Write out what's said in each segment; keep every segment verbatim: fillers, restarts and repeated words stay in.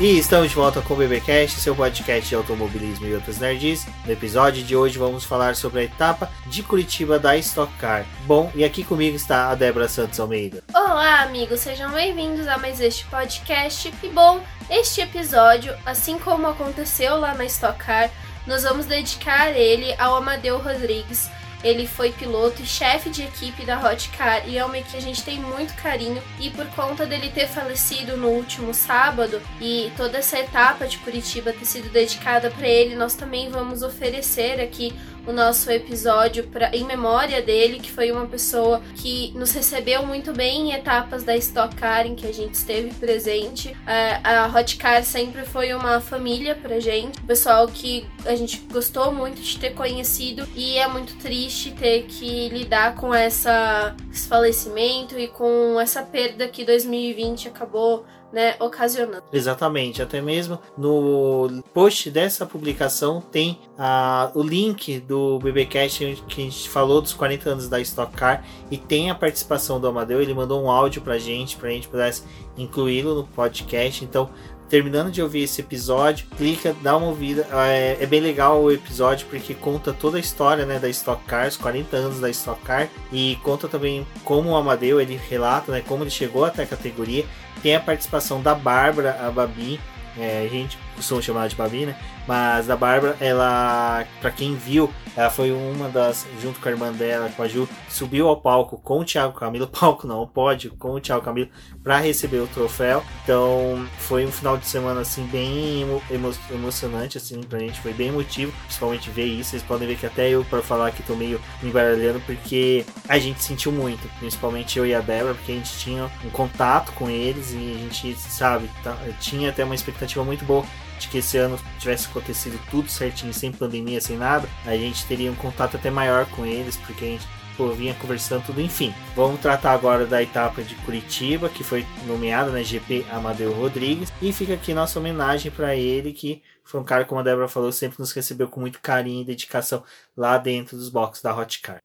E estamos de volta com o BBcast, seu podcast de automobilismo e outras nerds. No episódio de hoje vamos falar sobre a etapa de Curitiba da Stock Car. Bom, e aqui comigo está a Débora Santos Almeida. Olá, amigos, sejam bem-vindos a mais este podcast. E bom, este episódio, assim como aconteceu lá na Stock Car, nós vamos dedicar ele ao Amadeu Rodrigues. Ele foi piloto e chefe de equipe da Hot Car e é uma equipe que a gente tem muito carinho, e por conta dele ter falecido no último sábado e toda essa etapa de Curitiba ter sido dedicada para ele, nós também vamos oferecer aqui o nosso episódio pra, em memória dele, que foi uma pessoa que nos recebeu muito bem em etapas da Stock Car em que a gente esteve presente. A, a Hot Car sempre foi uma família pra gente, um pessoal que a gente gostou muito de ter conhecido, e é muito triste ter que lidar com essa, esse falecimento e com essa perda que dois mil e vinte acabou, né, ocasionando. Exatamente, até mesmo no post dessa publicação tem uh, o link do BBcast que a gente falou dos quarenta anos da Stock Car, e tem a participação do Amadeu. Ele mandou um áudio pra gente, pra gente pudesse incluí-lo no podcast. Então, terminando de ouvir esse episódio, clica, dá uma ouvida. É, é bem legal o episódio porque conta toda a história, né, da Stock Car, os quarenta anos da Stock Car, e conta também como o Amadeu, ele relata, né, como ele chegou até a categoria. Tem a participação da Bárbara, a Babi, é, a gente costuma chamar de Babi, né? Mas da Bárbara, ela, pra quem viu, ela foi uma das, junto com a irmã dela, com a Ju, subiu ao palco com o Thiago Camilo, palco não, o pódio com o Thiago Camilo, para receber o troféu. Então foi um final de semana assim bem emo, emo, emocionante assim pra gente, foi bem emotivo, principalmente ver isso. Vocês podem ver que até eu, para falar que tô meio me embaralhando, porque a gente sentiu muito, principalmente eu e a Débora, porque a gente tinha um contato com eles e a gente, sabe, tá, tinha até uma expectativa muito boa de que esse ano tivesse acontecido tudo certinho, sem pandemia, sem nada. A gente teria um contato até maior com eles, porque a gente, pô, vinha conversando tudo. Enfim, vamos tratar agora da etapa de Curitiba, que foi nomeada, né, G P Amadeu Rodrigues, e fica aqui nossa homenagem para ele, que foi um cara, como a Débora falou, sempre nos recebeu com muito carinho e dedicação lá dentro dos boxes da Hot Car.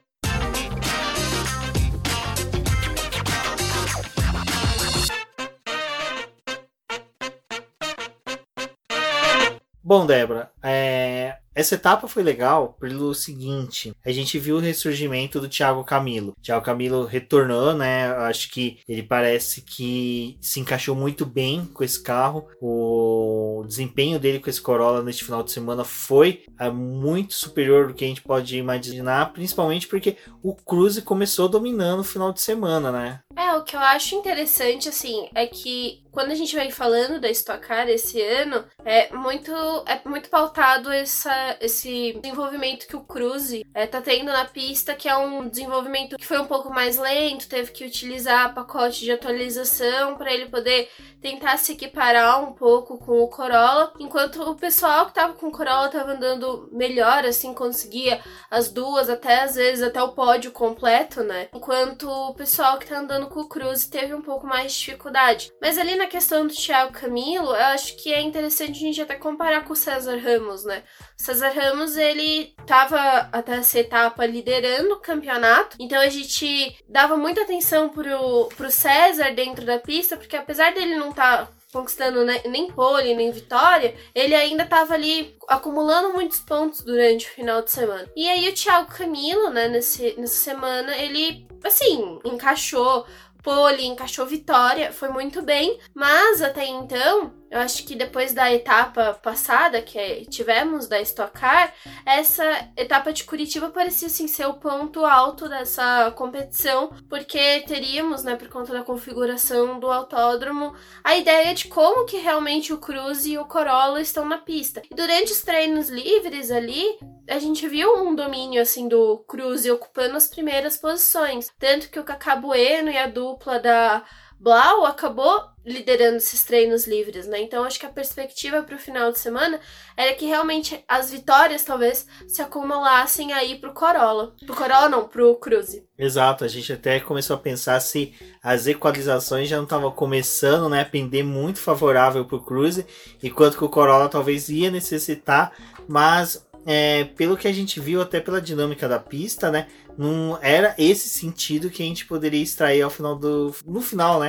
Bom, Débora, é... essa etapa foi legal pelo seguinte: a gente viu o ressurgimento do Thiago Camilo. O Thiago Camilo retornou, né? Acho que ele parece que se encaixou muito bem com esse carro. O desempenho dele com esse Corolla neste final de semana foi muito superior do que a gente pode imaginar, principalmente porque o Cruze começou dominando o final de semana, né? É, o que eu acho interessante, assim, é que quando a gente vai falando da Stock Car esse ano, é muito, é muito pautado essa, esse desenvolvimento que o Cruze é, tá tendo na pista, que é um desenvolvimento que foi um pouco mais lento, teve que utilizar pacote de atualização para ele poder tentar se equiparar um pouco com o Corolla, enquanto o pessoal que tava com o Corolla tava andando melhor, assim, conseguia as duas, até às vezes até o pódio completo, né? Enquanto o pessoal que tá andando com o Cruze teve um pouco mais de dificuldade. Mas ali na questão do Thiago Camilo, eu acho que é interessante a gente até comparar com o César Ramos, né? O César Ramos, ele tava até essa etapa liderando o campeonato, então a gente dava muita atenção pro, pro César dentro da pista, porque apesar dele não estar tá conquistando nem pole, nem vitória, ele ainda estava ali acumulando muitos pontos durante o final de semana. E aí o Thiago Camilo, né, nesse, nessa semana, ele, assim, encaixou pole, encaixou vitória, foi muito bem, mas até então, eu acho que depois da etapa passada que tivemos da Stock Car, essa etapa de Curitiba parecia assim, ser o ponto alto dessa competição, porque teríamos, né, por conta da configuração do autódromo, a ideia de como que realmente o Cruze e o Corolla estão na pista. E durante os treinos livres ali, a gente viu um domínio assim do Cruze ocupando as primeiras posições, tanto que o Cacá Bueno e a dupla da Blau acabou liderando esses treinos livres, né? Então acho que a perspectiva para o final de semana era que realmente as vitórias talvez se acumulassem aí pro Corolla. Pro Corolla não, pro Cruze. Exato, a gente até começou a pensar se as equalizações já não estavam começando, né, a pender muito favorável pro Cruze, enquanto que o Corolla talvez ia necessitar, mas é, pelo que a gente viu, até pela dinâmica da pista, né, não era esse sentido que a gente poderia extrair ao final do, no final, né,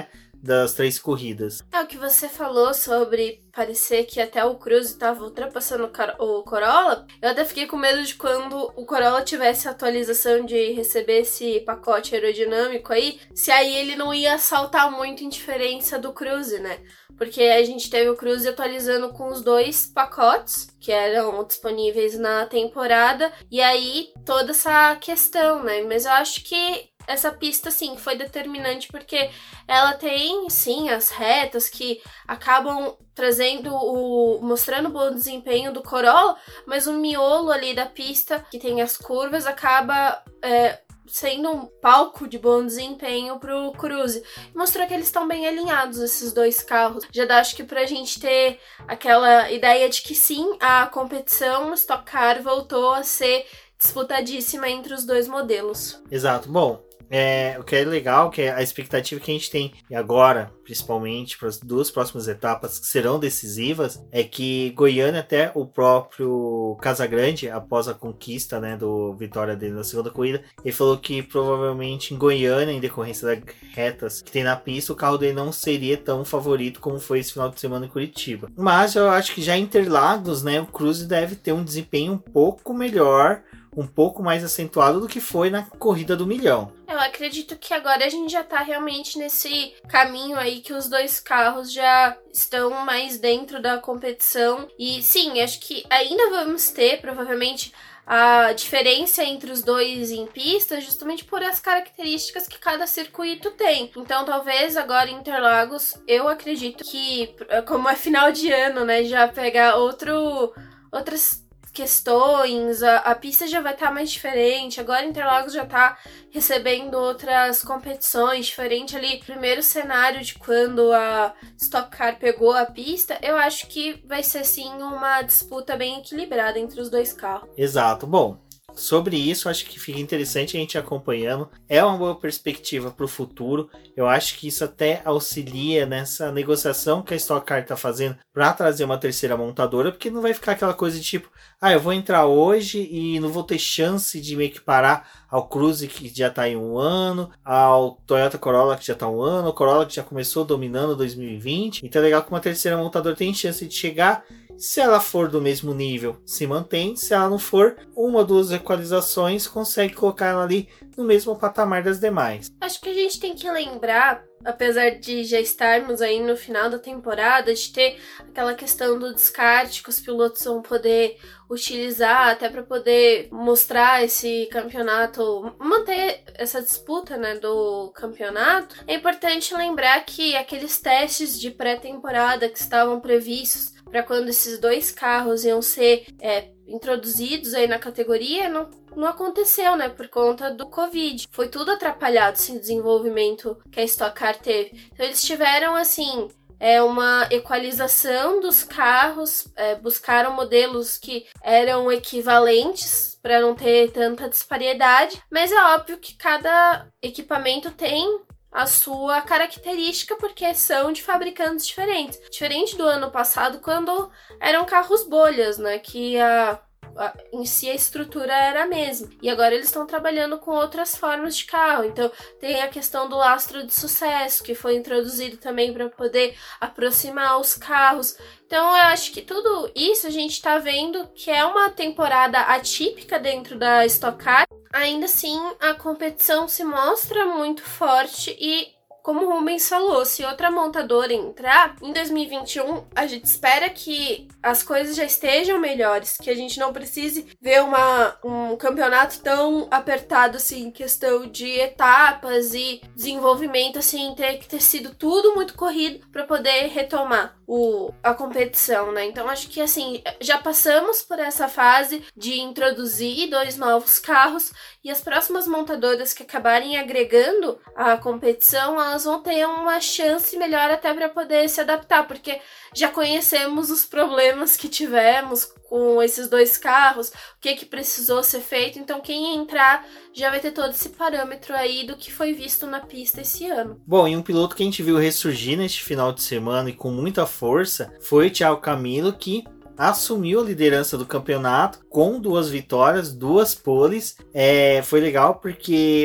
das três corridas. É o que você falou sobre parecer que até o Cruze estava ultrapassando o, Car- o Corolla. Eu até fiquei com medo de quando o Corolla tivesse a atualização de receber esse pacote aerodinâmico aí, se aí ele não ia saltar muito em diferença do Cruze, né? Porque a gente teve o Cruze atualizando com os dois pacotes que eram disponíveis na temporada, e aí toda essa questão, né? Mas eu acho que essa pista, sim, foi determinante porque ela tem, sim, as retas que acabam trazendo o... mostrando o bom desempenho do Corolla, mas o miolo ali da pista, que tem as curvas, acaba... É, sendo um palco de bom desempenho pro Cruze. Mostrou que eles estão bem alinhados, esses dois carros. Já dá, acho que pra gente ter aquela ideia de que sim, a competição no Stock Car voltou a ser disputadíssima entre os dois modelos. Exato. Bom, É, o que é legal, que é a expectativa que a gente tem e agora, principalmente para as duas próximas etapas que serão decisivas, é que Goiânia, até o próprio Casagrande, após a conquista, né, do vitória dele na segunda corrida, ele falou que provavelmente em Goiânia, em decorrência das retas que tem na pista, o carro dele não seria tão favorito como foi esse final de semana em Curitiba. Mas eu acho que já em Interlagos, né, o Cruze deve ter um desempenho um pouco melhor, um pouco mais acentuado do que foi na corrida do milhão. Eu acredito que agora a gente já tá realmente nesse caminho aí que os dois carros já estão mais dentro da competição. E sim, acho que ainda vamos ter, provavelmente, a diferença entre os dois em pista, justamente por as características que cada circuito tem. Então, talvez agora em Interlagos, eu acredito que, como é final de ano, né, já pegar outro, outras questões, a, a pista já vai estar tá mais diferente. Agora Interlagos já está recebendo outras competições, diferente ali, primeiro cenário de quando a Stock Car pegou a pista. Eu acho que vai ser sim uma disputa bem equilibrada entre os dois carros. Exato. Bom, sobre isso, acho que fica interessante a gente acompanhando. É uma boa perspectiva para o futuro. Eu acho que isso até auxilia nessa negociação que a Stock Car está fazendo para trazer uma terceira montadora, porque não vai ficar aquela coisa de tipo, ah, eu vou entrar hoje e não vou ter chance de me equiparar ao Cruze, que já está em um ano, ao Toyota Corolla, que já está um ano, o Corolla que já começou dominando dois mil e vinte. Então é legal que uma terceira montadora tem chance de chegar. Se ela for do mesmo nível, se mantém. Se ela não for, uma ou duas equalizações consegue colocar ela ali no mesmo patamar das demais. Acho que a gente tem que lembrar, apesar de já estarmos aí no final da temporada, de ter aquela questão do descarte que os pilotos vão poder utilizar até para poder mostrar esse campeonato, manter essa disputa, né, do campeonato. É importante lembrar que aqueles testes de pré-temporada que estavam previstos para quando esses dois carros iam ser é, introduzidos aí na categoria, não, não aconteceu, né, por conta do Covid. Foi tudo atrapalhado, esse desenvolvimento que a Stock Car teve. Então eles tiveram, assim, é, uma equalização dos carros, é, buscaram modelos que eram equivalentes para não ter tanta disparidade, mas é óbvio que cada equipamento tem a sua característica, porque são de fabricantes diferentes. Diferente do ano passado, quando eram carros bolhas, né? Que a, a, em si a estrutura era a mesma. E agora eles estão trabalhando com outras formas de carro. Então tem a questão do lastro de sucesso, que foi introduzido também para poder aproximar os carros. Então eu acho que tudo isso a gente está vendo que é uma temporada atípica dentro da Stock Car. Ainda assim, a competição se mostra muito forte e, como o Rubens falou, se outra montadora entrar, em dois mil e vinte e um, a gente espera que as coisas já estejam melhores, que a gente não precise ver uma, um campeonato tão apertado, assim, em questão de etapas e desenvolvimento, assim, ter que ter sido tudo muito corrido para poder retomar o, a competição, né? Então, acho que, assim, já passamos por essa fase de introduzir dois novos carros e as próximas montadoras que acabarem agregando a competição, elas vão ter uma chance melhor até para poder se adaptar, porque já conhecemos os problemas que tivemos com esses dois carros, o que que precisou ser feito, então quem entrar já vai ter todo esse parâmetro aí do que foi visto na pista esse ano. Bom, e um piloto que a gente viu ressurgir neste final de semana e com muita força foi o Thiago Camilo, que assumiu a liderança do campeonato com duas vitórias, duas poles. É, foi legal porque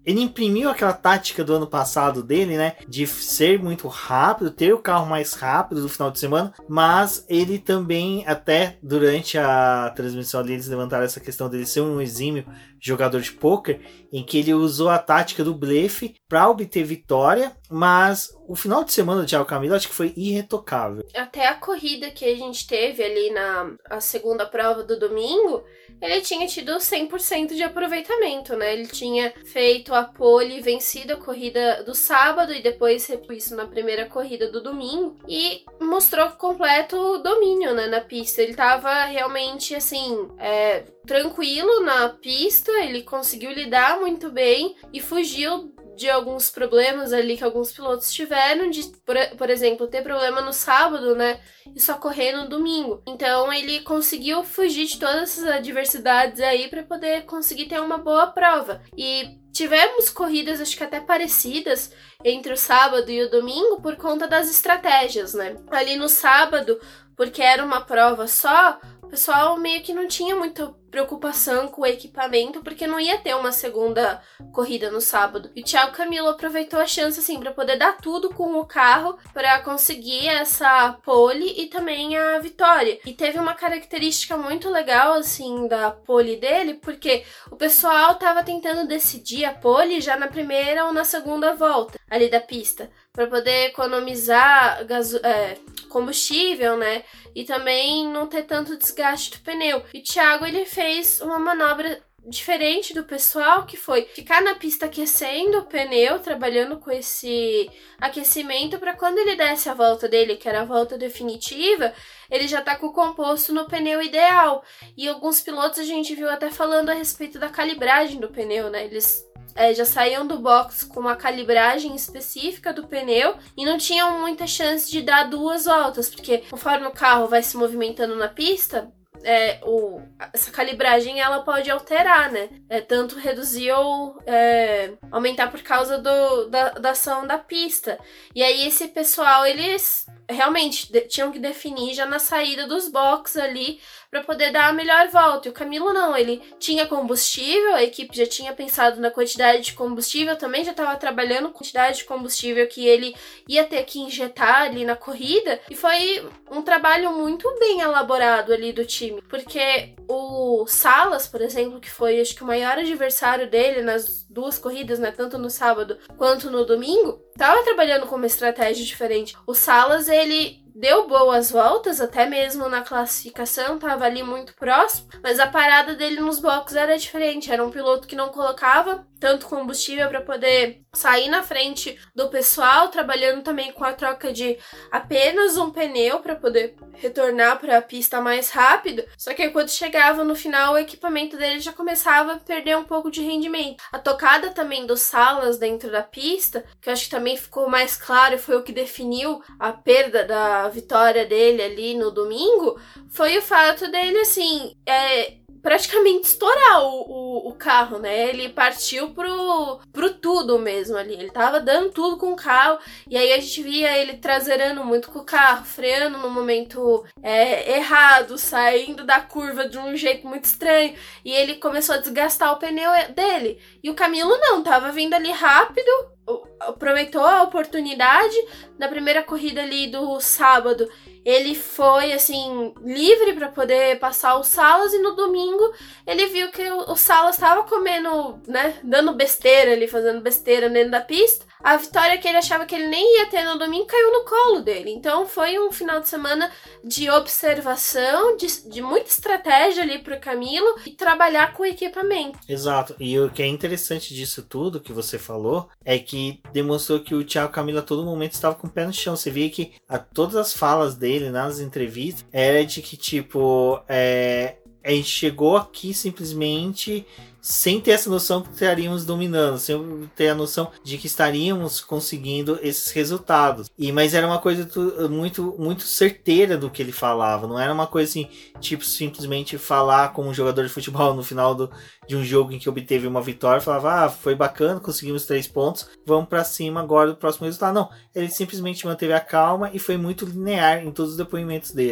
ele imprimiu aquela tática do ano passado dele, né? De ser muito rápido, ter o carro mais rápido no final de semana, mas ele também, até durante a transmissão ali, eles levantaram essa questão dele ser um exímio jogador de pôquer, em que ele usou a tática do blefe para obter vitória, mas o final de semana do Thiago Camilo acho que foi irretocável. Até a corrida que a gente teve ali na a segunda prova do domingo, ele tinha tido cem por cento de aproveitamento, né? Ele tinha feito a pole, vencido a corrida do sábado e depois repôs isso na primeira corrida do domingo e mostrou completo domínio, né, na pista. Ele tava realmente, assim, é, tranquilo na pista, ele conseguiu lidar muito bem e fugiu de alguns problemas ali que alguns pilotos tiveram, de, por, por exemplo, ter problema no sábado, né, e só correr no domingo. Então ele conseguiu fugir de todas essas adversidades aí para poder conseguir ter uma boa prova. E tivemos corridas, acho que até parecidas, entre o sábado e o domingo por conta das estratégias, né. Ali no sábado, porque era uma prova só, o pessoal meio que não tinha muita preocupação com o equipamento, porque não ia ter uma segunda corrida no sábado. E o Thiago Camilo aproveitou a chance, assim, para poder dar tudo com o carro para conseguir essa pole e também a vitória. E teve uma característica muito legal, assim, da pole dele, porque o pessoal tava tentando decidir a pole já na primeira ou na segunda volta ali da pista, para poder economizar gaso- é, combustível, né? E também não ter tanto desgaste do pneu. E o Thiago, ele fez uma manobra diferente do pessoal, que foi ficar na pista aquecendo o pneu, trabalhando com esse aquecimento para quando ele desse a volta dele, que era a volta definitiva, ele já tá com o composto no pneu ideal. E alguns pilotos a gente viu até falando a respeito da calibragem do pneu, né? Eles É, já saíam do box com uma calibragem específica do pneu e não tinham muita chance de dar duas voltas, porque conforme o carro vai se movimentando na pista, é, o, essa calibragem ela pode alterar, né? É, tanto reduzir ou é, aumentar por causa do, da, da ação da pista. E aí esse pessoal, eles realmente de, tinham que definir já na saída dos boxes ali para poder dar a melhor volta. E o Camilo não, ele tinha combustível, a equipe já tinha pensado na quantidade de combustível, também já estava trabalhando com a quantidade de combustível que ele ia ter que injetar ali na corrida, e foi um trabalho muito bem elaborado ali do time, porque o Salas, por exemplo, que foi acho que o maior adversário dele nas duas corridas, né, tanto no sábado quanto no domingo, estava trabalhando com uma estratégia diferente. O Salas, ele deu boas voltas, até mesmo na classificação, tava ali muito próximo, mas a parada dele nos boxes era diferente, era um piloto que não colocava tanto combustível para poder sair na frente do pessoal, trabalhando também com a troca de apenas um pneu para poder retornar para a pista mais rápido, só que aí, quando chegava no final, o equipamento dele já começava a perder um pouco de rendimento. A tocada também dos Salas dentro da pista, que eu acho que também ficou mais claro, foi o que definiu a perda da vitória dele ali no domingo, foi o fato dele, assim, é, praticamente estourar o, o, o carro, né? Ele partiu pro, pro tudo mesmo ali. Ele tava dando tudo com o carro. E aí a gente via ele traseirando muito com o carro, freando no momento é, errado, saindo da curva de um jeito muito estranho. E ele começou a desgastar o pneu dele. E o Camilo não, tava vindo ali rápido, aproveitou a oportunidade. Na primeira corrida ali do sábado, ele foi, assim, livre para poder passar o Salas, e no domingo ele viu que o Salas estava comendo, né, dando besteira ali, fazendo besteira dentro da pista. A vitória que ele achava que ele nem ia ter no domingo caiu no colo dele. Então foi um final de semana de observação, de, de muita estratégia ali pro Camilo e trabalhar com o equipamento. Exato. E o que é interessante disso tudo que você falou é que demonstrou que o Thiago Camilo a todo momento estava com o pé no chão. Você via que a, todas as falas dele nas entrevistas era de que, tipo, é, a gente chegou aqui simplesmente sem ter essa noção que estaríamos dominando, sem ter a noção de que estaríamos conseguindo esses resultados. E, mas era uma coisa tu, muito, muito certeira do que ele falava, não era uma coisa assim, tipo, simplesmente falar como um jogador de futebol no final do, de um jogo em que obteve uma vitória, falava, ah, foi bacana, conseguimos três pontos, vamos pra cima agora do próximo resultado. Não, ele simplesmente manteve a calma e foi muito linear em todos os depoimentos dele. Ah,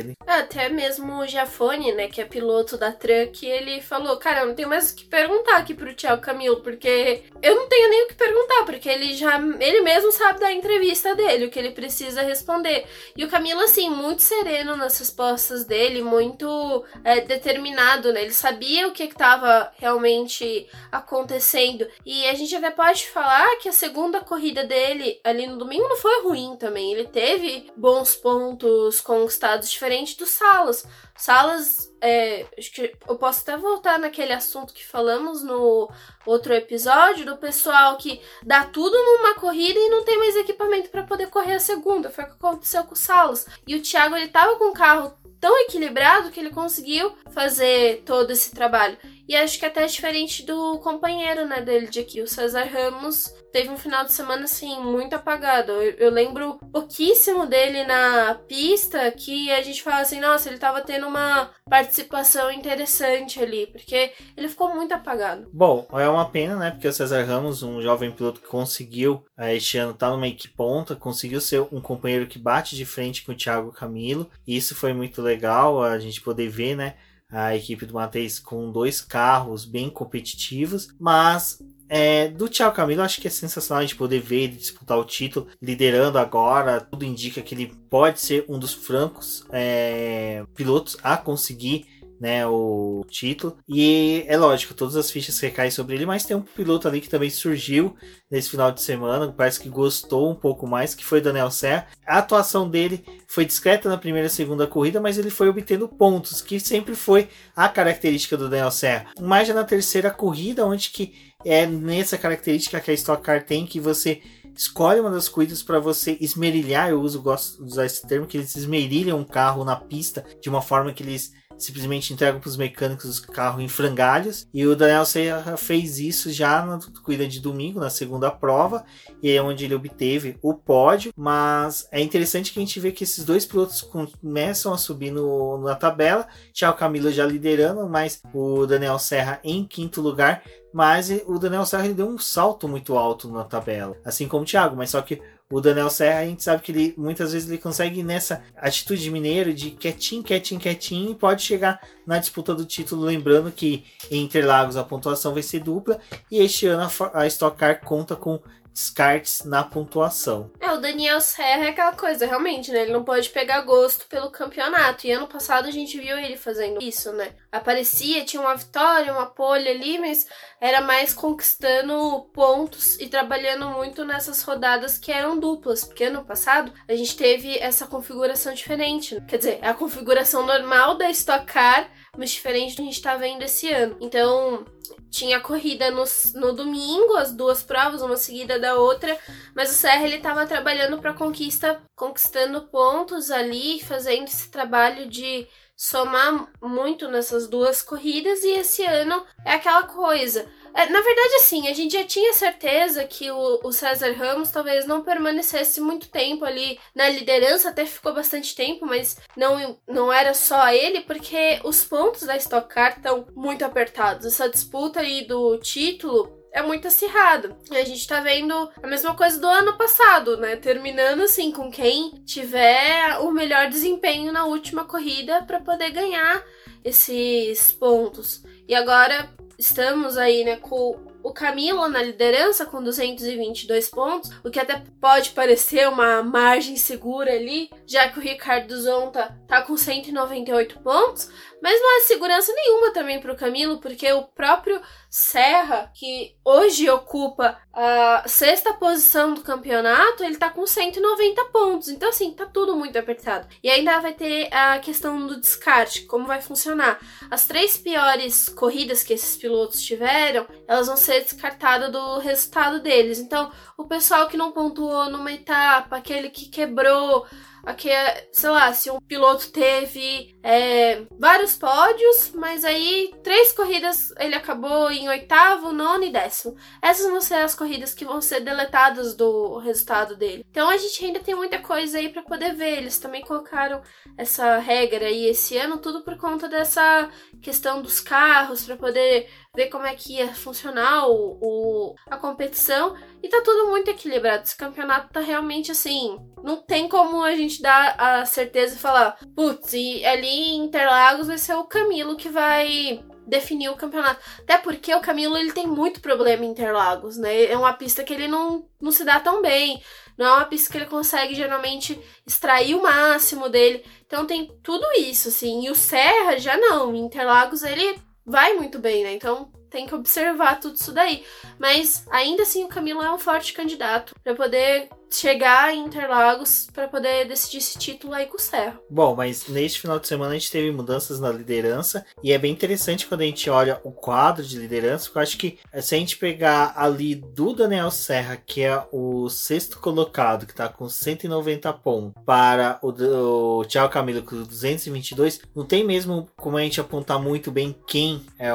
até mesmo o Giafone, né, que é piloto da Truck, ele falou, cara, eu não tenho mais o que perguntar aqui pro Thiago Camilo, porque eu não tenho nem o que perguntar, porque ele já, ele mesmo sabe da entrevista dele, o que ele precisa responder. E o Camilo, assim, muito sereno nas respostas dele, muito é, determinado, né, ele sabia o que estava realmente acontecendo. E a gente até pode falar que a segunda corrida dele ali no domingo não foi ruim também, ele teve bons pontos conquistados, diferente do Salas. Salas, é, acho que eu posso até voltar naquele assunto que falamos no outro episódio, do pessoal que dá tudo numa corrida e não tem mais equipamento para poder correr a segunda. Foi o que aconteceu com o Salas. E o Thiago, ele tava com um carro tão equilibrado que ele conseguiu fazer todo esse trabalho. E acho que até é diferente do companheiro, né, dele de aqui, o César Ramos. Teve um final de semana, assim, muito apagado. Eu, eu lembro pouquíssimo dele na pista, que a gente fala assim, nossa, ele tava tendo uma participação interessante ali, porque ele ficou muito apagado. Bom, é uma pena, né, porque o César Ramos, um jovem piloto que conseguiu, este ano, estar tá numa equipe ponta, conseguiu ser um companheiro que bate de frente com o Thiago Camilo, e isso foi muito legal, a gente poder ver, né, a equipe do Matheus com dois carros bem competitivos, mas é, do Thiago Camilo eu acho que é sensacional a gente poder ver ele disputar o título, liderando agora, tudo indica que ele pode ser um dos francos é, pilotos a conseguir, né, o título, e é lógico, todas as fichas recaem sobre ele, mas tem um piloto ali que também surgiu nesse final de semana, parece que gostou um pouco mais, que foi o Daniel Serra. A atuação dele foi discreta na primeira e segunda corrida, mas ele foi obtendo pontos, que sempre foi a característica do Daniel Serra, mas já na terceira corrida, onde que é nessa característica que a Stock Car tem, que você escolhe uma das corridas para você esmerilhar, eu uso, gosto de usar esse termo, que eles esmerilham um carro na pista de uma forma que eles simplesmente entregam para os mecânicos o carro em frangalhos, e o Daniel Serra fez isso já na corrida de domingo, na segunda prova, e é onde ele obteve o pódio. Mas é interessante que a gente vê que esses dois pilotos começam a subir no, na tabela, Thiago Camilo já liderando, mas o Daniel Serra em quinto lugar, mas o Daniel Serra ele deu um salto muito alto na tabela, assim como o Thiago, mas só que o Daniel Serra, a gente sabe que ele muitas vezes ele consegue ir nessa atitude de mineiro, de quietinho, quietinho, quietinho, e pode chegar na disputa do título. Lembrando que em Interlagos a pontuação vai ser dupla, e este ano a Stock Car conta com descartes na pontuação. É, o Daniel Serra é aquela coisa, realmente, né? Ele não pode pegar gosto pelo campeonato. E ano passado a gente viu ele fazendo isso, né? Aparecia, tinha uma vitória, uma pole ali, mas era mais conquistando pontos e trabalhando muito nessas rodadas que eram duplas. Porque ano passado a gente teve essa configuração diferente, né? Quer dizer, é a configuração normal da Stock Car, mas diferente do que a gente tá vendo esse ano. Então, tinha corrida no, no domingo, as duas provas, uma seguida da outra, mas o Serra, ele tava trabalhando para conquista, conquistando pontos ali, fazendo esse trabalho de somar muito nessas duas corridas, e esse ano é aquela coisa. É, na verdade, assim, a gente já tinha certeza que o, o César Ramos talvez não permanecesse muito tempo ali na liderança, até ficou bastante tempo, mas não, não era só ele, porque os pontos da Stock Car estão muito apertados. Essa disputa aí do título é muito acirrado. E a gente tá vendo a mesma coisa do ano passado, né? Terminando assim com quem tiver o melhor desempenho na última corrida para poder ganhar esses pontos. E agora estamos aí, né, com o Camilo na liderança com duzentos e vinte e dois pontos, o que até pode parecer uma margem segura ali, já que o Ricardo Zonta tá com cento e noventa e oito pontos, mas não é segurança nenhuma também para o Camilo, porque o próprio Serra, que hoje ocupa a sexta posição do campeonato, ele tá com cento e noventa pontos. Então, assim, tá tudo muito apertado. E ainda vai ter a questão do descarte, como vai funcionar. As três piores corridas que esses pilotos tiveram, elas vão ser descartadas do resultado deles. Então, o pessoal que não pontuou numa etapa, aquele que quebrou, aqui, sei lá, se um piloto teve é, vários pódios, mas aí três corridas ele acabou em oitavo, nono e décimo. Essas vão ser as corridas que vão ser deletadas do resultado dele. Então a gente ainda tem muita coisa aí pra poder ver. Eles também colocaram essa regra aí esse ano, tudo por conta dessa questão dos carros, pra poder ver como é que ia funcionar o, o, a competição. E tá tudo muito equilibrado. Esse campeonato tá realmente assim, não tem como a gente realmente dar a certeza e falar, putz, e ali em Interlagos vai ser o Camilo que vai definir o campeonato. Até porque o Camilo, ele tem muito problema em Interlagos, né? É uma pista que ele não, não se dá tão bem. Não é uma pista que ele consegue, geralmente, extrair o máximo dele. Então tem tudo isso, assim. E o Serra já não. Em Interlagos ele vai muito bem, né? Então tem que observar tudo isso daí. Mas ainda assim o Camilo é um forte candidato para poder chegar em Interlagos para poder decidir esse título aí com o Serra. Bom, mas neste final de semana a gente teve mudanças na liderança e é bem interessante quando a gente olha o quadro de liderança, porque eu acho que se a gente pegar ali do Daniel Serra, que é o sexto colocado, que tá com cento e noventa pontos, para o, o Thiago Camilo com duzentos e vinte e dois, não tem mesmo como a gente apontar muito bem quem é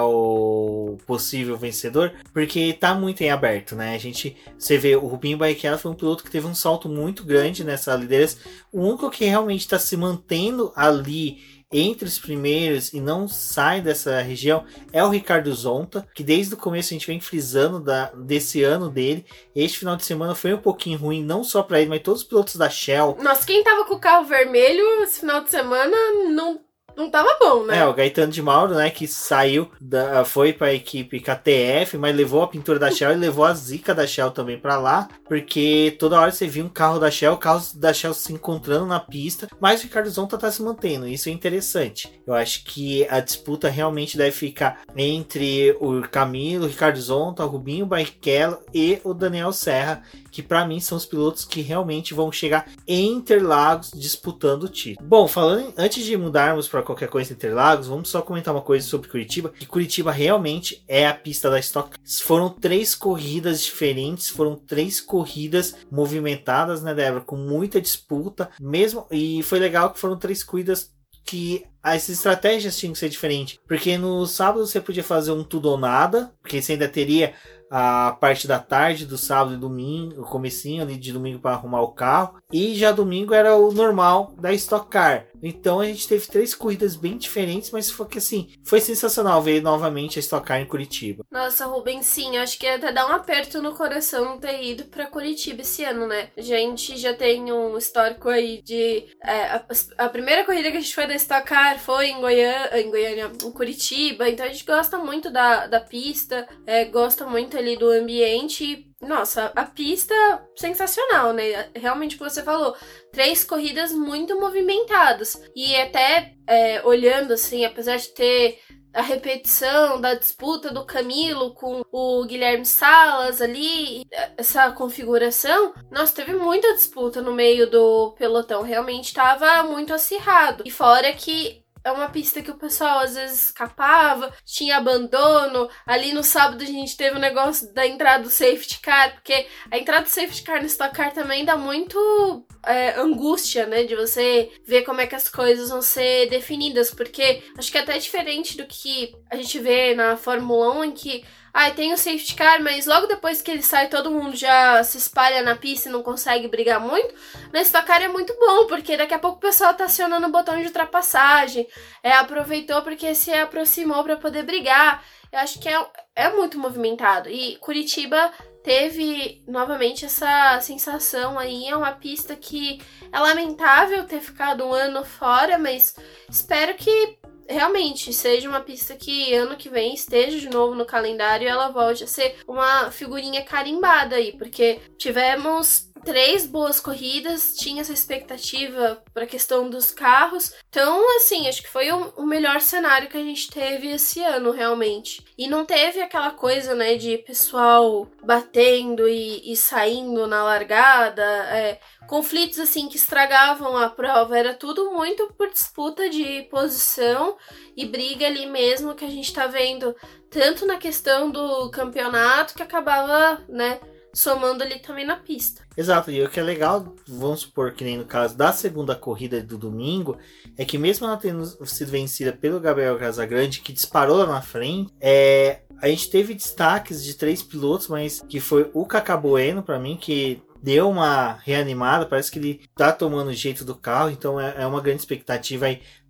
o possível vencedor, porque tá muito em aberto, né? A gente, você vê, o Rubinho Barrichello foi um piloto que teve um salto muito grande nessa liderança. O único que realmente está se mantendo ali entre os primeiros e não sai dessa região é o Ricardo Zonta, que desde o começo a gente vem frisando da, desse ano dele. Este final de semana foi um pouquinho ruim, não só para ele, mas todos os pilotos da Shell. Nossa, quem tava com o carro vermelho esse final de semana não... Não tava bom, né? É, o Gaetano de Mauro, né, que saiu, da, foi pra equipe K T F, mas levou a pintura da Shell e levou a zica da Shell também pra lá, porque toda hora você via um carro da Shell, carros da Shell se encontrando na pista, mas o Ricardo Zonta tá se mantendo, isso é interessante. Eu acho que a disputa realmente deve ficar entre o Camilo, o Ricardo Zonta, o Rubinho Barrichello e o Daniel Serra, que pra mim são os pilotos que realmente vão chegar em Interlagos disputando o título. Bom, falando, antes de mudarmos para qualquer coisa em Interlagos, vamos só comentar uma coisa sobre Curitiba, que Curitiba realmente é a pista da Stock Car. Foram três corridas diferentes, foram três corridas movimentadas, né, Débora, com muita disputa, mesmo, e foi legal que foram três corridas que as estratégias tinham que ser diferentes, porque no sábado você podia fazer um tudo ou nada, porque você ainda teria a parte da tarde do sábado e domingo, o comecinho ali de domingo para arrumar o carro, e já domingo era o normal da Stock Car. Então a gente teve três corridas bem diferentes, mas foi que assim, foi sensacional ver novamente a Stock Car em Curitiba. Nossa, Rubens, sim, acho que até dá um aperto no coração ter ido pra Curitiba esse ano, né? A gente já tem um histórico aí de... É, a, a primeira corrida que a gente foi da Stock Car foi em Goiânia, em, Goiânia, em Curitiba, então a gente gosta muito da, da pista, é, gosta muito ali do ambiente. Nossa, a pista sensacional, né? Realmente o que você falou, três corridas muito movimentadas. E até é, olhando assim, apesar de ter a repetição da disputa do Camilo com o Guilherme Salas ali, essa configuração, nossa, teve muita disputa no meio do pelotão, realmente estava muito acirrado. E fora que é uma pista que o pessoal às vezes escapava, tinha abandono. Ali no sábado a gente teve o negócio da entrada do safety car, porque a entrada do safety car no Stock Car também dá muito é, angústia, né? De você ver como é que as coisas vão ser definidas, porque acho que é até diferente do que a gente vê na Fórmula um, em que ah, tem o safety car, mas logo depois que ele sai, todo mundo já se espalha na pista e não consegue brigar muito. Na Stock Car é muito bom, porque daqui a pouco o pessoal tá acionando o botão de ultrapassagem, é, aproveitou porque se aproximou para poder brigar. Eu acho que é, é muito movimentado. E Curitiba teve novamente essa sensação aí, é uma pista que é lamentável ter ficado um ano fora, mas espero que realmente seja uma pista que ano que vem esteja de novo no calendário e ela volte a ser uma figurinha carimbada aí, porque tivemos três boas corridas, tinha essa expectativa para a questão dos carros, então assim, acho que foi o, o melhor cenário que a gente teve esse ano realmente, e não teve aquela coisa, né, de pessoal batendo e, e saindo na largada, é, conflitos assim que estragavam a prova, era tudo muito por disputa de posição e briga ali mesmo, que a gente tá vendo tanto na questão do campeonato que acabava, né, somando ali também na pista. Exato, e o que é legal, vamos supor que nem no caso da segunda corrida do domingo, é que mesmo ela tendo sido vencida pelo Gabriel Casagrande, que disparou lá na frente, é, a gente teve destaques de três pilotos, mas que foi o Cacá Bueno, pra mim, que deu uma reanimada, parece que ele tá tomando o jeito do carro, então é, é uma grande expectativa aí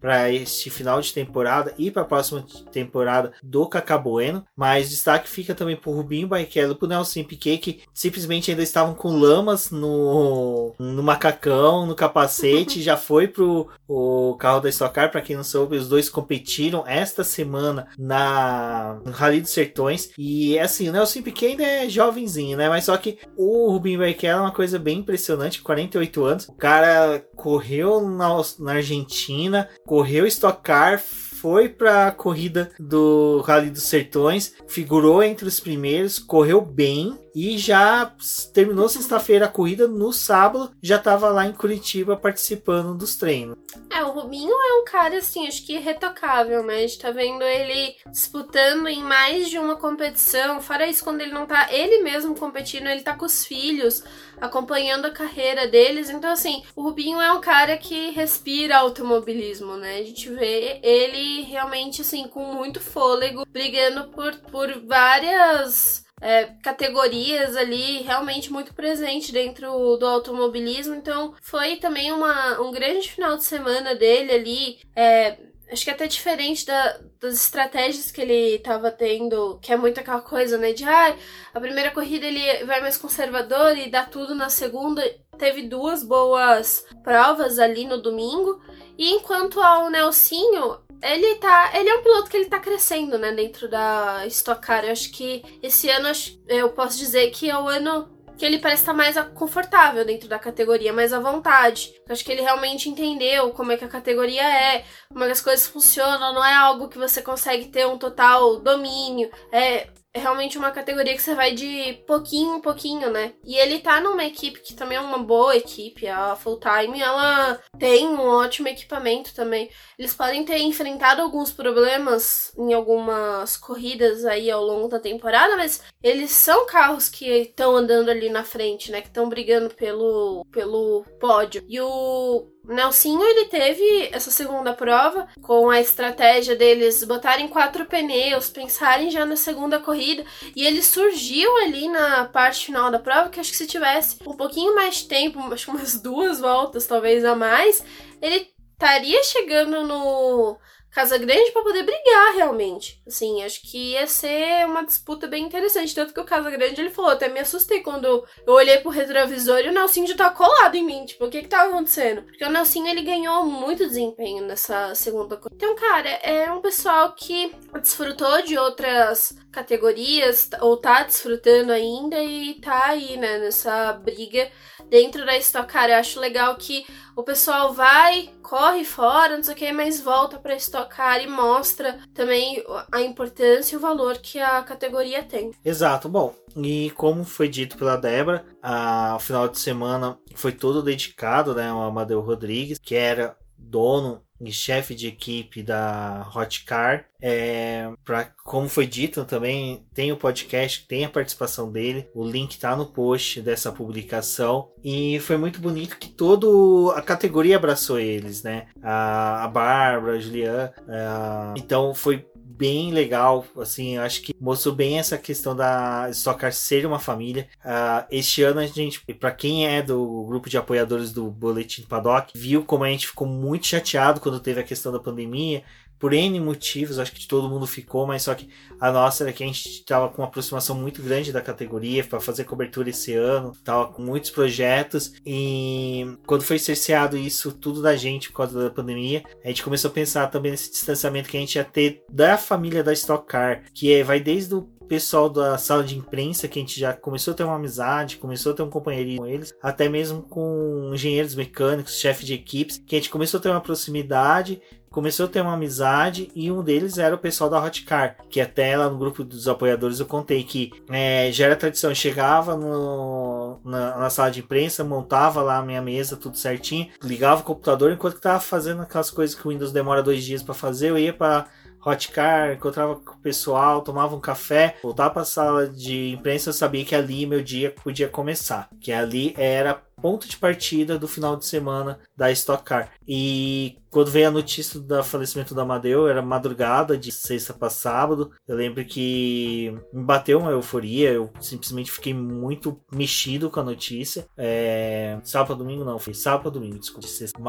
para este final de temporada e para a próxima temporada do Cacá Bueno, mas destaque fica também pro Rubinho Barrichello e pro Nelson Piquet, que simplesmente ainda estavam com lamas no, no macacão, no capacete, já foi pro o carro da Stock Car. Para quem não soube, os dois competiram esta semana na no Rally dos Sertões, e assim, o Nelson Piquet ainda é jovenzinho, né, mas só que o Rubinho Barrichello é uma coisa bem impressionante, quarenta e oito anos, o cara correu na, na Argentina, correu Stock Car, foi para a corrida do Rally dos Sertões, figurou entre os primeiros, correu bem e já terminou sexta-feira a corrida. No sábado já estava lá em Curitiba participando dos treinos. É, o Rubinho é um cara, assim, acho que irretocável, né? A gente tá vendo ele disputando em mais de uma competição. Fora isso, quando ele não tá ele mesmo competindo, ele tá com os filhos, acompanhando a carreira deles. Então, assim, o Rubinho é um cara que respira automobilismo, né? A gente vê ele realmente, assim, com muito fôlego, brigando por, por várias... É, categorias ali, realmente muito presente dentro do automobilismo. Então foi também uma, um grande final de semana dele ali, é, acho que até diferente da, das estratégias que ele tava tendo, que é muito aquela coisa, né, de ah, a primeira corrida ele vai mais conservador e dá tudo na segunda. Teve duas boas provas ali no domingo, e enquanto ao Nelsinho, Ele tá. Ele é um piloto que ele tá crescendo, né, dentro da Stock Car. Eu acho que esse ano eu posso dizer que é o ano que ele parece estar mais confortável dentro da categoria, mais à vontade. Eu acho que ele realmente entendeu como é que a categoria é, como é que as coisas funcionam, não é algo que você consegue ter um total domínio. É. É realmente uma categoria que você vai de pouquinho em pouquinho, né? E ele tá numa equipe que também é uma boa equipe, a Full Time, ela tem um ótimo equipamento também. Eles podem ter enfrentado alguns problemas em algumas corridas aí ao longo da temporada, mas eles são carros que estão andando ali na frente, né? Que estão brigando pelo, pelo pódio. E o Nelsinho, ele teve essa segunda prova com a estratégia deles botarem quatro pneus, pensarem já na segunda corrida, e ele surgiu ali na parte final da prova, que acho que se tivesse um pouquinho mais de tempo, acho que umas duas voltas talvez a mais, ele estaria chegando no Casagrande para poder brigar realmente. Assim, acho que ia ser uma disputa bem interessante. Tanto que o Casagrande, ele falou, até me assustei quando eu olhei pro retrovisor e o Nelsinho já tá colado em mim. Tipo, o que que tava acontecendo? Porque o Nelsinho, ele ganhou muito desempenho nessa segunda corrida. Então, cara, é um pessoal que desfrutou de outras categorias, ou tá desfrutando ainda e tá aí, né, nessa briga dentro da Stock Car. Eu acho legal que o pessoal vai, corre fora, não sei o que, mas volta pra Stock Car e mostra também a importância e o valor que a categoria tem. Exato. Bom, e como foi dito pela Débora, a, o final de semana foi todo dedicado, né, ao Amadeu Rodrigues, que era dono e chefe de equipe da Hot Car. É, pra, como foi dito também, tem o podcast, tem a participação dele, o link tá no post dessa publicação, e foi muito bonito que toda a categoria abraçou eles, né? A, a Bárbara, a Juliana, a, então foi bem legal, assim, eu acho que mostrou bem essa questão da Stock Car ser uma família. Uh, este ano a gente, para quem é do grupo de apoiadores do Boletim Paddock, viu como a gente ficou muito chateado quando teve a questão da pandemia, por N motivos, acho que todo mundo ficou, mas só que a nossa era que a gente estava com uma aproximação muito grande da categoria para fazer cobertura esse ano, estava com muitos projetos, e quando foi cerceado isso tudo da gente por causa da pandemia, a gente começou a pensar também nesse distanciamento que a gente ia ter da família da Stock Car, que é, vai desde o pessoal da sala de imprensa, que a gente já começou a ter uma amizade, começou a ter um companheirismo com eles, até mesmo com engenheiros mecânicos, chefe de equipes, que a gente começou a ter uma proximidade, começou a ter uma amizade, e um deles era o pessoal da Hot Car, que até lá no grupo dos apoiadores eu contei que é, já era tradição, eu chegava no, na, na sala de imprensa, montava lá a minha mesa, tudo certinho, ligava o computador, enquanto que estava fazendo aquelas coisas que o Windows demora dois dias para fazer, eu ia para Hot Car, encontrava com o pessoal, tomava um café, voltava para a sala de imprensa, eu sabia que ali meu dia podia começar, que ali era ponto de partida do final de semana da Stock Car. E quando veio a notícia do falecimento do Amadeu, era madrugada de sexta para sábado. Eu lembro que me bateu uma euforia, eu simplesmente fiquei muito mexido com a notícia. É... Sábado para domingo não, foi sábado para domingo, desculpa.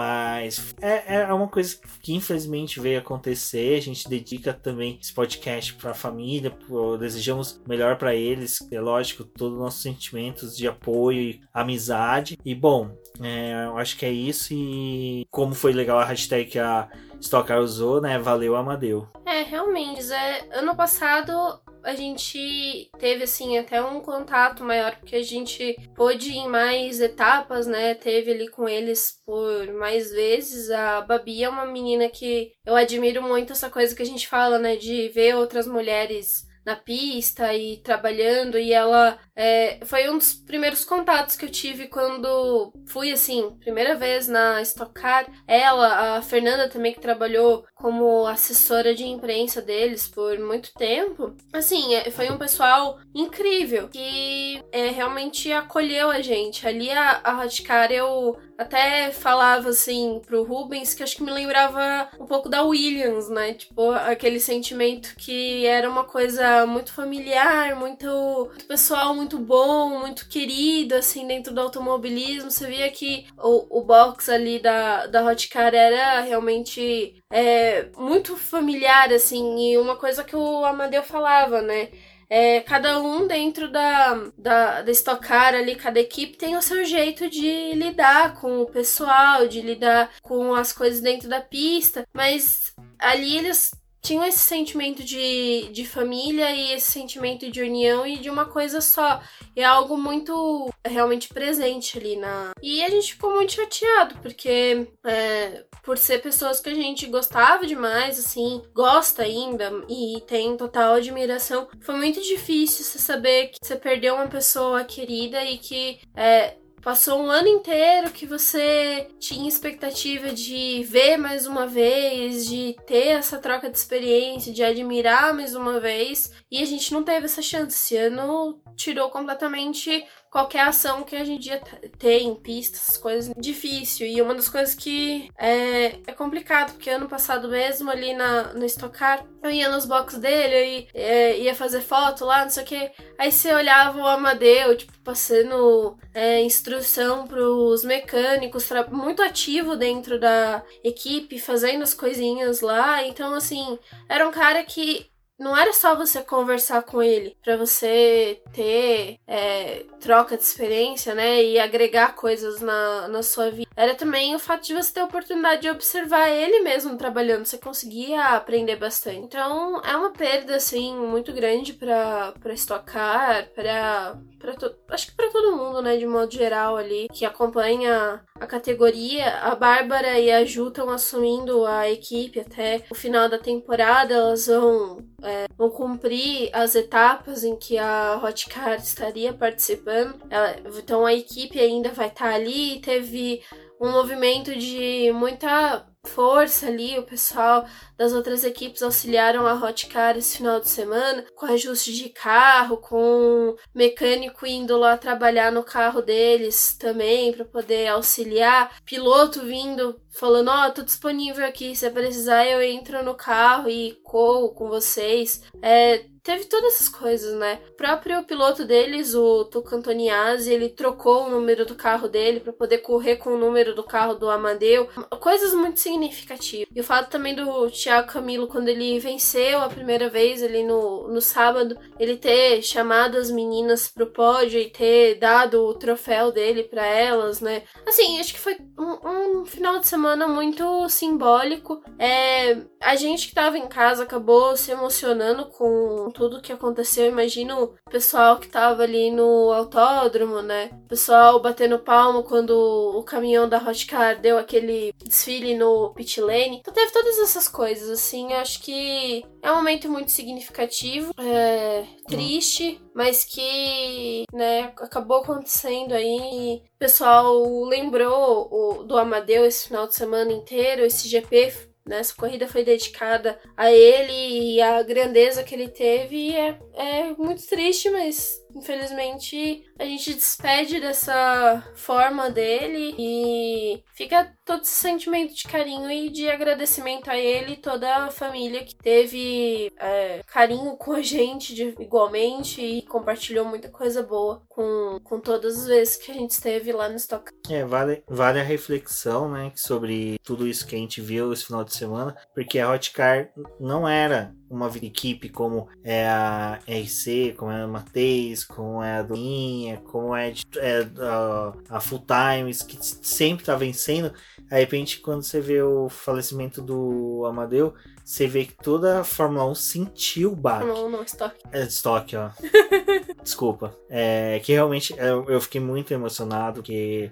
Mas é, é uma coisa que infelizmente veio acontecer. A gente dedica também esse podcast para a família, desejamos melhor para eles, é lógico, todos os nossos sentimentos de apoio e amizade. E bom, é, eu acho que é isso. E como foi legal a hashtag que a Stock Car usou, né? Valeu, Amadeu. É, realmente, é, ano passado a gente teve, assim, até um contato maior, porque a gente pôde ir em mais etapas, né? Teve ali com eles por mais vezes. A Babi é uma menina que eu admiro muito, essa coisa que a gente fala, né? De ver outras mulheres na pista e trabalhando, e ela é, foi um dos primeiros contatos que eu tive quando fui, assim, primeira vez na Stock Car. Ela, a Fernanda também, que trabalhou como assessora de imprensa deles por muito tempo. Assim, é, foi um pessoal incrível que é, realmente acolheu a gente. Ali a, a Hot Car, eu até falava, assim, pro Rubens, que acho que me lembrava um pouco da Williams, né? Tipo, aquele sentimento que era uma coisa muito familiar, muito, muito pessoal, muito bom, muito querido, assim, dentro do automobilismo. Você via que o, o box ali da, da Hot Car era realmente é, muito familiar, assim, e uma coisa que o Amadeu falava, né? É, cada um dentro da, da, da Stock Car ali, cada equipe tem o seu jeito de lidar com o pessoal, de lidar com as coisas dentro da pista, mas ali eles tinham esse sentimento de, de família e esse sentimento de união e de uma coisa só. É algo muito realmente presente ali na... E a gente ficou muito chateado, porque é, por ser pessoas que a gente gostava demais, assim, gosta ainda e tem total admiração, foi muito difícil você saber que você perdeu uma pessoa querida e que... É, passou um ano inteiro que você tinha expectativa de ver mais uma vez, de ter essa troca de experiência, de admirar mais uma vez, e a gente não teve essa chance. Esse ano tirou completamente qualquer ação que a gente ia ter em pistas, coisas difícil. E uma das coisas que é, é complicado, porque ano passado mesmo, ali na, no Stock Car, eu ia nos boxes dele, eu ia, é, ia fazer foto lá, não sei o que. Aí você olhava o Amadeu, tipo, passando é, instrução pros mecânicos, muito ativo dentro da equipe, fazendo as coisinhas lá. Então, assim, era um cara que não era só você conversar com ele pra você ter é, troca de experiência, né, e agregar coisas na, na sua vida. Era também o fato de você ter a oportunidade de observar ele mesmo trabalhando. Você conseguia aprender bastante. Então, é uma perda, assim, muito grande pra, pra Stock Car, pra, pra to, acho que pra todo mundo, né, de modo geral ali, que acompanha a categoria. A Bárbara e a Ju estão assumindo a equipe até o final da temporada. Elas vão... É, vão cumprir as etapas em que a Hot Car estaria participando. Ela, então a equipe ainda vai estar ali. Teve um movimento de muita força ali, o pessoal das outras equipes auxiliaram a Hot Car esse final de semana, com ajuste de carro, com mecânico indo lá trabalhar no carro deles também para poder auxiliar, piloto vindo falando, ó, oh, tô disponível aqui, se precisar eu entro no carro e corro com vocês. É, teve todas essas coisas, né? O próprio piloto deles, o Tuca Antoniazzi, ele trocou o número do carro dele para poder correr com o número do carro do Amadeu. Coisas muito significativas. E o fato também do Thiago Camilo, quando ele venceu a primeira vez ali no, no sábado, ele ter chamado as meninas pro pódio e ter dado o troféu dele para elas, né? Assim, acho que foi um, um final de semana muito simbólico. É, a gente que tava em casa acabou se emocionando com tudo que aconteceu. Imagino o pessoal que tava ali no autódromo, né? O pessoal batendo palmo quando o caminhão da Hot Car deu aquele desfile no pit lane. Então teve todas essas coisas, assim. Eu acho que é um momento muito significativo, é, triste, mas que, né, acabou acontecendo aí. O pessoal lembrou o, do Amadeu esse final de semana inteiro. Esse G P, né, essa corrida foi dedicada a ele e a grandeza que ele teve. E é, é muito triste, mas infelizmente, a gente despede dessa forma dele e fica todo esse sentimento de carinho e de agradecimento a ele e toda a família que teve é, carinho com a gente de, igualmente e compartilhou muita coisa boa com, com todas as vezes que a gente esteve lá no Stock. É, vale, vale a reflexão, né, sobre tudo isso que a gente viu esse final de semana, porque a Hotcar não era uma equipe como é a R C, como é a Mateis, como é a Doinha, como é, é a, a Full Times, que sempre tá vencendo. Aí, de repente, quando você vê o falecimento do Amadeu, você vê que toda a Fórmula um sentiu o baque. Não, não, estoque. É, estoque, ó. Desculpa. É, que realmente eu, eu fiquei muito emocionado, que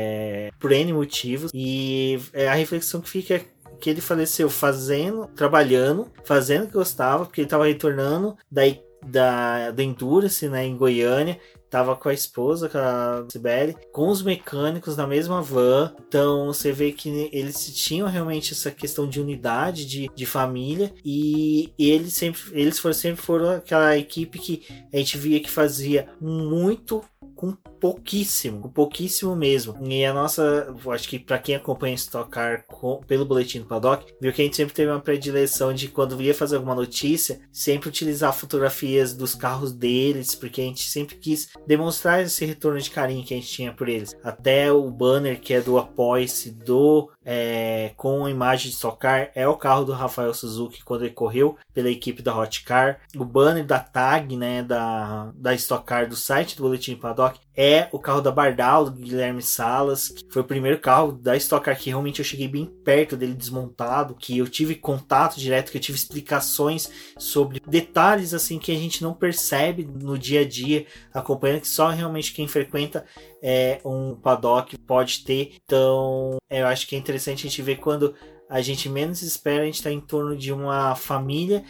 é, por N motivos. E é, a reflexão que fica é que ele faleceu fazendo, trabalhando, fazendo o que gostava, porque ele estava retornando daí da, da Endurance, né, em Goiânia. Tava com a esposa, com a Sibeli, com os mecânicos na mesma van. Então você vê que eles tinham realmente essa questão de unidade, de, de família. E eles sempre eles foram, sempre foram aquela equipe que a gente via que fazia muito com pouquíssimo, com pouquíssimo mesmo. E a nossa, acho que para quem acompanha Stock Car com, pelo Boletim do Paddock, viu que a gente sempre teve uma predileção de quando ia fazer alguma notícia, sempre utilizar fotografias dos carros deles, porque a gente sempre quis demonstrar esse retorno de carinho que a gente tinha por eles. Até o banner que é do Apoia-se do é, com a imagem de Stock Car é o carro do Rafael Suzuki quando ele correu pela equipe da Hotcar. O banner da tag, né, da, da Stock Car do site do Boletim do Paddock é o carro da Bardal, do Guilherme Salas, que foi o primeiro carro da Stock Car que realmente eu cheguei bem perto dele desmontado, que eu tive contato direto, que eu tive explicações sobre detalhes assim que a gente não percebe no dia a dia, acompanhando, que só realmente quem frequenta é, um paddock pode ter. Então eu acho que é interessante a gente ver quando a gente menos espera, a gente está em torno de uma família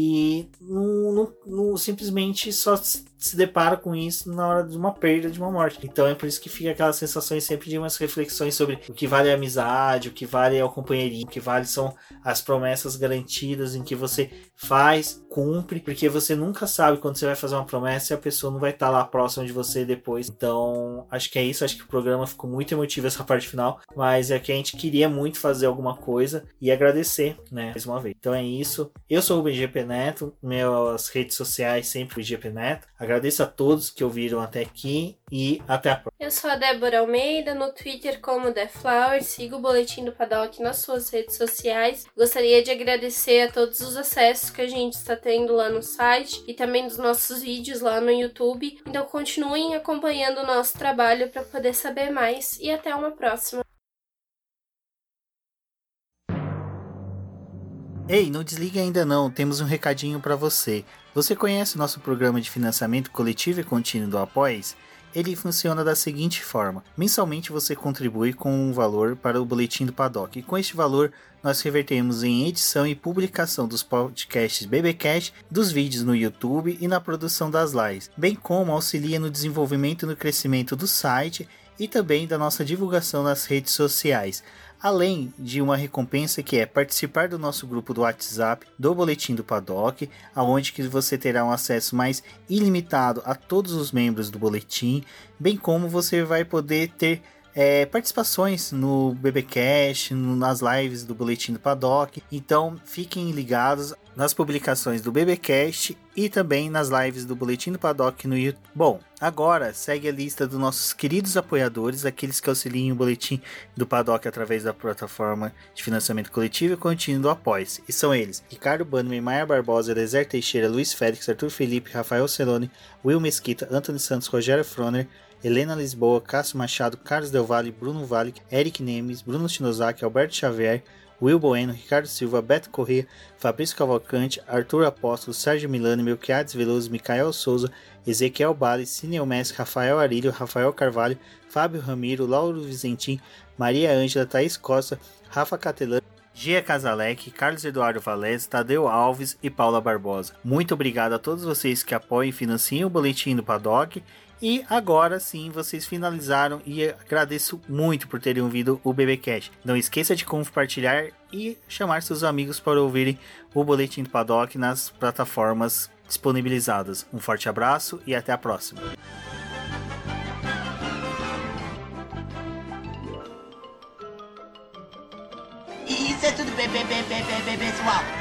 e não, não, não, simplesmente só se depara com isso na hora de uma perda, de uma morte. Então é por isso que fica aquelas sensações sempre de umas reflexões sobre o que vale a amizade, o que vale o companheirismo, o que vale são as promessas garantidas em que você faz, cumpre, porque você nunca sabe quando você vai fazer uma promessa e a pessoa não vai estar lá próxima de você depois. Então acho que é isso, acho que o programa ficou muito emotivo essa parte final, mas é que a gente queria muito fazer alguma coisa e agradecer, né, mais uma vez. Então é isso, eu sou o B G P Neto, minhas redes sociais sempre o B G P Neto. Agradeço a todos que ouviram até aqui e até a próxima. Eu sou a Débora Almeida, no Twitter como TheFlower, siga o Boletim do Paddock nas suas redes sociais. Gostaria de agradecer a todos os acessos que a gente está tendo lá no site e também dos nossos vídeos lá no YouTube. Então continuem acompanhando o nosso trabalho para poder saber mais e até uma próxima. Ei, não desligue ainda não, temos um recadinho para você. Você conhece o nosso programa de financiamento coletivo e contínuo do Apoia-se? Ele funciona da seguinte forma: mensalmente você contribui com um valor para o Boletim do Paddock, e com este valor nós revertemos em edição e publicação dos podcasts BBcast, dos vídeos no YouTube e na produção das lives, bem como auxilia no desenvolvimento e no crescimento do site e também da nossa divulgação nas redes sociais. Além de uma recompensa que é participar do nosso grupo do WhatsApp do Boletim do Paddock, onde que você terá um acesso mais ilimitado a todos os membros do Boletim, bem como você vai poder ter é, participações no BBcast, no, nas lives do Boletim do Paddock. Então fiquem ligados nas publicações do BBcast e também nas lives do Boletim do Paddock no YouTube. Bom, agora segue a lista dos nossos queridos apoiadores, aqueles que auxiliam o Boletim do Paddock através da plataforma de financiamento coletivo e contínuo do Apoia-se. E são eles: Ricardo Bannerman, Maia Barbosa, Elezer Teixeira, Luiz Félix, Arthur Felipe, Rafael Celone, Will Mesquita, Antônio Santos, Rogério Froner, Helena Lisboa, Cássio Machado, Carlos Del Valle, Bruno Vale, Eric Nemes, Bruno Shinozaki, Alberto Xavier, Will Bueno, Ricardo Silva, Beto Corrêa, Fabrício Cavalcante, Arthur Apóstolo, Sérgio Milani, Melquiades Veloso, Micael Souza, Ezequiel Bale, Cineu Messi, Rafael Arilho, Rafael Carvalho, Fábio Ramiro, Lauro Vizentim, Maria Ângela, Thaís Costa, Rafa Catelã, Gia Casalec, Carlos Eduardo Valés, Tadeu Alves e Paula Barbosa. Muito obrigado a todos vocês que apoiam e financiam o Boletim do Paddock. E agora sim, vocês finalizaram e agradeço muito por terem ouvido o BBcast. Não esqueça de compartilhar e chamar seus amigos para ouvirem o Boletim do Paddock nas plataformas disponibilizadas. Um forte abraço e até a próxima. Isso é tudo, bem, bem, bem, bem, bem, pessoal.